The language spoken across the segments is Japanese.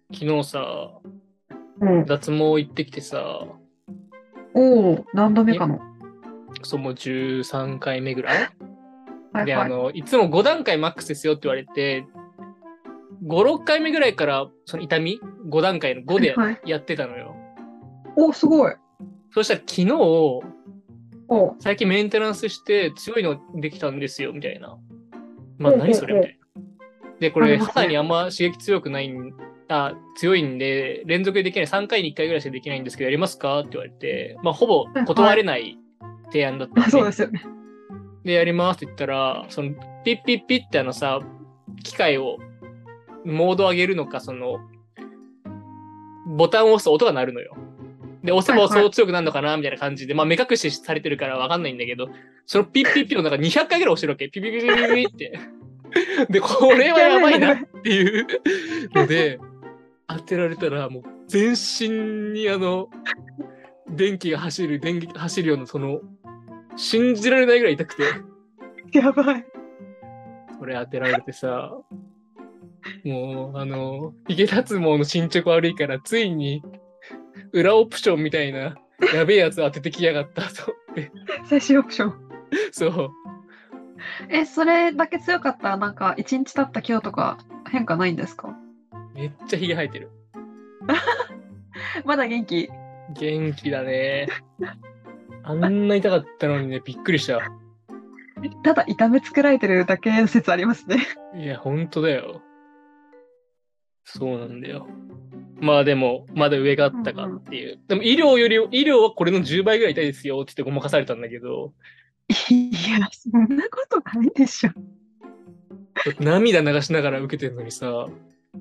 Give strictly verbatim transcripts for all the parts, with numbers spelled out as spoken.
昨日さ、 うん。 脱毛行ってきてさ、 おお、何度目え、 かの。 そう、もうじゅうさんかいめぐらいで、あはいはい。 の、いつもご段階マックスですよって言われて、ご、ろっかいめぐらいからその痛み ?ご 段階のごではいはい。 やってたのよ。 お、すごい。 そしたら昨日、 おう、 最近メンテナンスして強いのできたんですよ、みたいな。まあほう何ほうほう。 それみたいな。で、こありれますね。 肌にあんま刺激強くないん、あ、強いんで、連続でできない、さんかいにいっかいぐらいしかできないんですけど、やりますかって言われて、まあほぼはいはい。 断れない提案だったのあ、そうね。 ですよね。 で、やりますって言ったら、その、ピッピッピッってあのさ、機械を、モード上げるのか、その、ボタンを押すと音が鳴るのよ。で、押せば押すほどはいはい。 強くなるのかなみたいな感じで、まあ目隠しされてるからわかんないんだけど、そのピッピッピッの中にひゃっかいぐらい押してるわけ。ピピピピピピって。で、これはややばいなっばいやばい。 ていうので、当てられたら、もう全身にあの、電気が走る、電気が走るような、その、信じられないぐらい痛くて、 やばい。 それ当てられてさ、もう、あの、ヒゲ脱毛の進捗悪いから、ついに、裏オプションみたいな、やべえやつ当ててきやがったと思って。 最終オプション。 そう。 え、それだけ強かったら、なんか、一日経った今日とか変化ないんですか？ めっちゃヒゲ生えてる。 まだ元気。 元気だね。あんな痛かったのにね、びっくりした。 ただ痛めつけられてるだけ説ありますね。 いや、ほんとだよ。そうなんだよ。まあでも、まだ上があったかうんうん。 っていう。でも医療より、医療はこれのじゅうばいぐらい痛いですよって言ってごまかされたんだけど、 いや、そんなことないでしょ。 だって涙流しながら受けてるのにさ、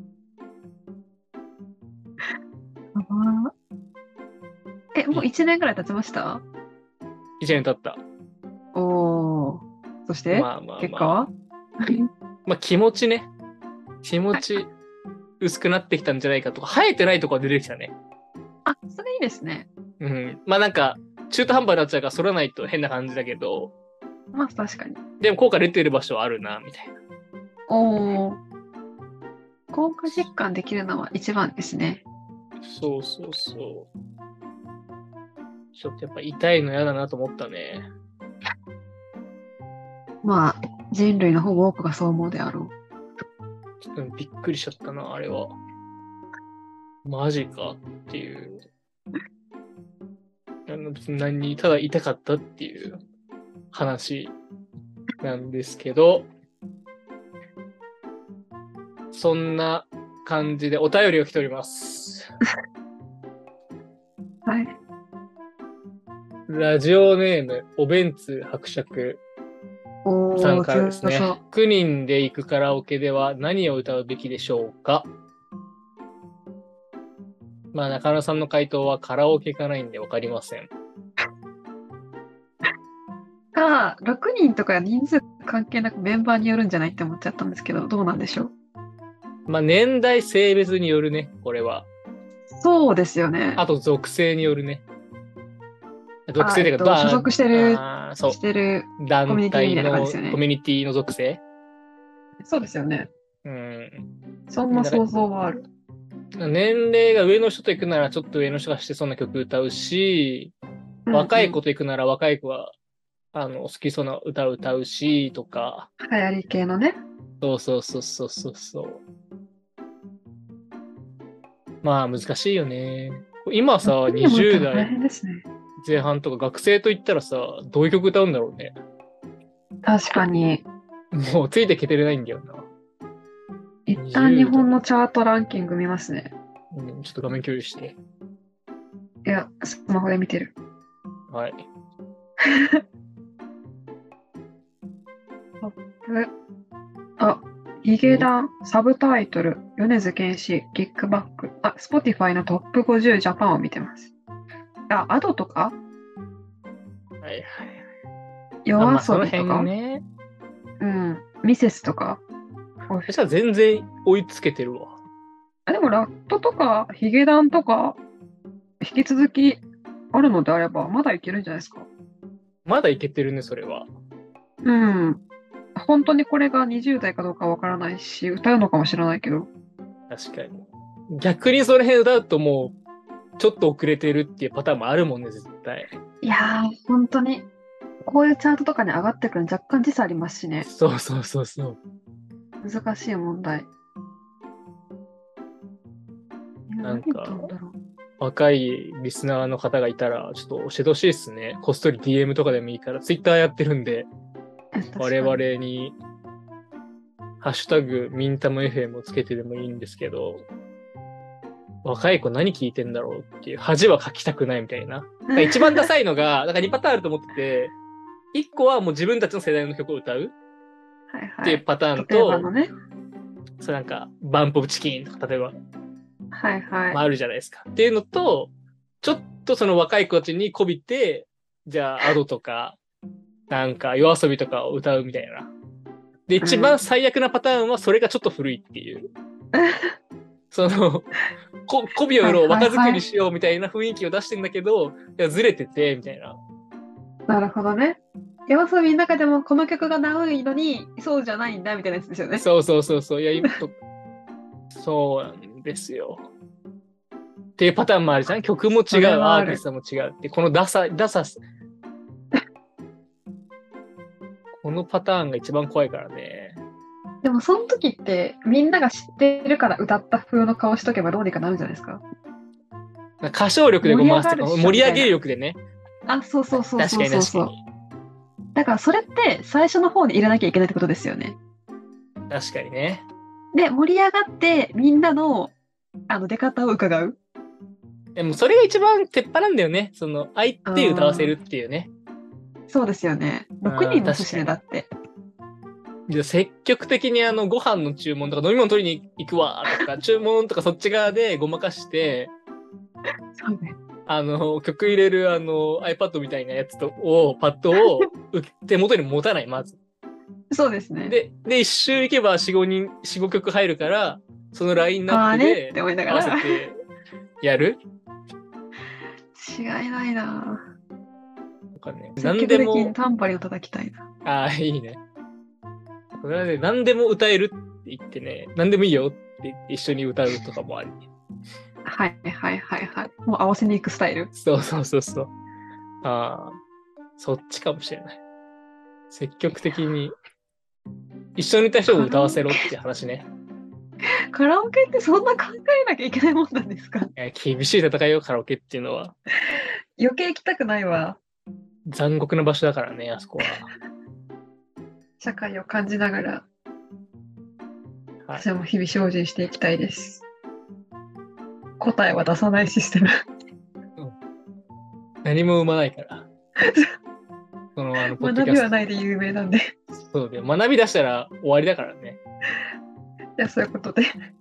あーえ、もうび一年ぐらい経ちました？ 一年経った。 おー。そして、 まあまあまあ。 結果は？ まあ気持ちね。気持ち薄くなってきたんじゃないかとか、生えてないとこは出てきたね。 あ、それいいですね。 うん。まあなんか、中途半端になっちゃうから反らないと変な感じだけど、 まあ、確かに。 でも効果出てる場所はあるな、みたいな。 おー、効果実感できるのは一番ですね。 そうそうそう。ちょっとやっぱ痛いの嫌だなと思ったね。 まあ、人類のほぼ多くがそう思うであろちょっとびっくりしちゃったな、あれは。マジかっていう。あの別に何に、ただ痛かったっていう話なんですけど、そんな感じでお便りが来ております。 う。はい。 ラジオネーム、おべんつ伯爵さんおー、 からですね。 強そう。 くにんで行くカラオケでは何を歌うべきでしょうか？まあ、中野さんの回答はカラオケかないんでわかりません。 か、ろくにんとか人数関係なくメンバーによるんじゃないって思っちゃったんですけど、どうなんでしょう。 まあ、年代、性別によるね、これは。 そうですよね。 あと、属性によるね。属あ、 性というか、 えっと、所属してる、 ああ、そしてるう。 コミュ団ニティみたいな感じで体の、 すよね。 コミュニティの属性。 そうですよね。 うん。 そんなだか想像はある。 ら年齢が上の人と行くなら、ちょっと上の人がしてそうな曲歌うし、 うんうん。 若い子と行くなら若い子は、あの、好きそうな歌を歌うし、とか。 流行り系のね。 そうそうそうそうそうそう。まあ、難しいよね。今さ、 ろくにんもいた 20 ら大代変ですね。 前半とか学生と言ったらさ、どういう曲歌うんだろうね。 確かに。 もうついてけてれないんだよな。 一旦日にじゅう代。 本のチャートランキング見ますね。 うん、ちょっと画面共有して。 いや、スマホで見てる。 はい。 トップ。あ、ヒゲダン、サブタイトル、米津玄師、キックバック。あ、Spotify のトップごじゅうジャパンを見てます。あ、アドとかはいはい。あ、 夜まあ、その遊びとか辺ね。 うん。ミセスとか。おいそしたら全然追いつけてるわ。 あ、でもラットとかヒゲダンとか引き続きあるのであればまだいけるんじゃないですか。 まだいけてるね、それは。 うん。本当にこれがにじゅう代かどうかわからないし、歌うのかもしれないけど。 確かに。 逆にその辺歌うともう、ちょっと遅れてるっていうパターンもあるもんね、絶対。 いやー、本当に、こういうチャートとかに上がってくるの若干時差ありますしね。 そうそうそうそう。 難しい問題。 なんか何言ったんだろう。 若いリスナーの方がいたら、ちょっと教えてほしいですね。こっそり ディーエム とかでもいいから、ツイッターやってるんで、我々に、ハッシュタグ、ミンタム エフエム をつけてでもいいんですけど、若い子何聞いてんだろうっていう、恥はかきたくないみたいな。一番ダサいのが、なんかにパターンあると思ってて、いっこはもう自分たちの世代の曲を歌うっていうパターンと、 はいはいね、 そうなんか、バンプオブチキンとか、例えば、 はいはい。 まあ、あるじゃないですか。っていうのと、ちょっとその若い子たちにこびて、じゃあ、アドとか、なんか、夜遊びとかを歌うみたいな。で、一番最悪なパターンは、それがちょっと古いっていう。その、こ、こびを売ろう、若作りしようみたいな雰囲気を出してんだけど、いや、ずれてて、みたいな。 なるほどね。夜遊びの中でもこの曲が長いのに、そうじゃないんだみたいなやつですよね。 そうそうそうそう。いや、今と、そうなんですよ。っていうパターンもあるじゃん。曲も違う、アーティストも違うって、このダサ、ダサ、このパターンが一番怖いからね。 でもその時ってみんなが知ってるから歌った風の顔しとけばどうにかなるんじゃないですか。 歌唱力でごまかすとか、盛り上げる力でね。 あ、そうそうそうそうそう。 確かに確かに。 だからそれって最初の方に入れなきゃいけないってことですよね。 確かにね。 で、盛り上がってみんなのあの出方を伺う。 でもそれが一番鉄板なんだよね。その、相手歌わせるっていうね。 そうですよね。ろくにんいますしね、だって。 で積極的にあのご飯の注文とか飲み物取りに行くわとか注文とかそっち側でごまかしてそうね、 あの曲入れるあの iPad みたいなやつとをパッドを手元に持たないまず。 そうですね。 でで一周行けば よん,ご 人よん、ご曲入るからそのラインナップで合わせてやる。 違いないな。 とかね。 積極的にタンパリンを叩きたいな。 ああいいね。それはね、何でも歌えるって言ってね、何でもいいよって一緒に歌うとかもあり。 はいはいはいはい。もう合わせに行くスタイル。 そうそうそうそう。ああ、そっちかもしれない。積極的に一緒にいた人を歌わせろって話ね。 カラオケってそんな考えなきゃいけないもんなんですか？ いや厳しい戦いよ、カラオケっていうのは。 余計行きたくないわ。 残酷な場所だからね、あそこは。 社会を感じながら、はい、私も日々精進していきたいです。答えは出さないシステム。うん、 何も生まないから。そのあの学びはないで有名なんで。 そうで、学び出したら終わりだからね。 じゃあそういうことで。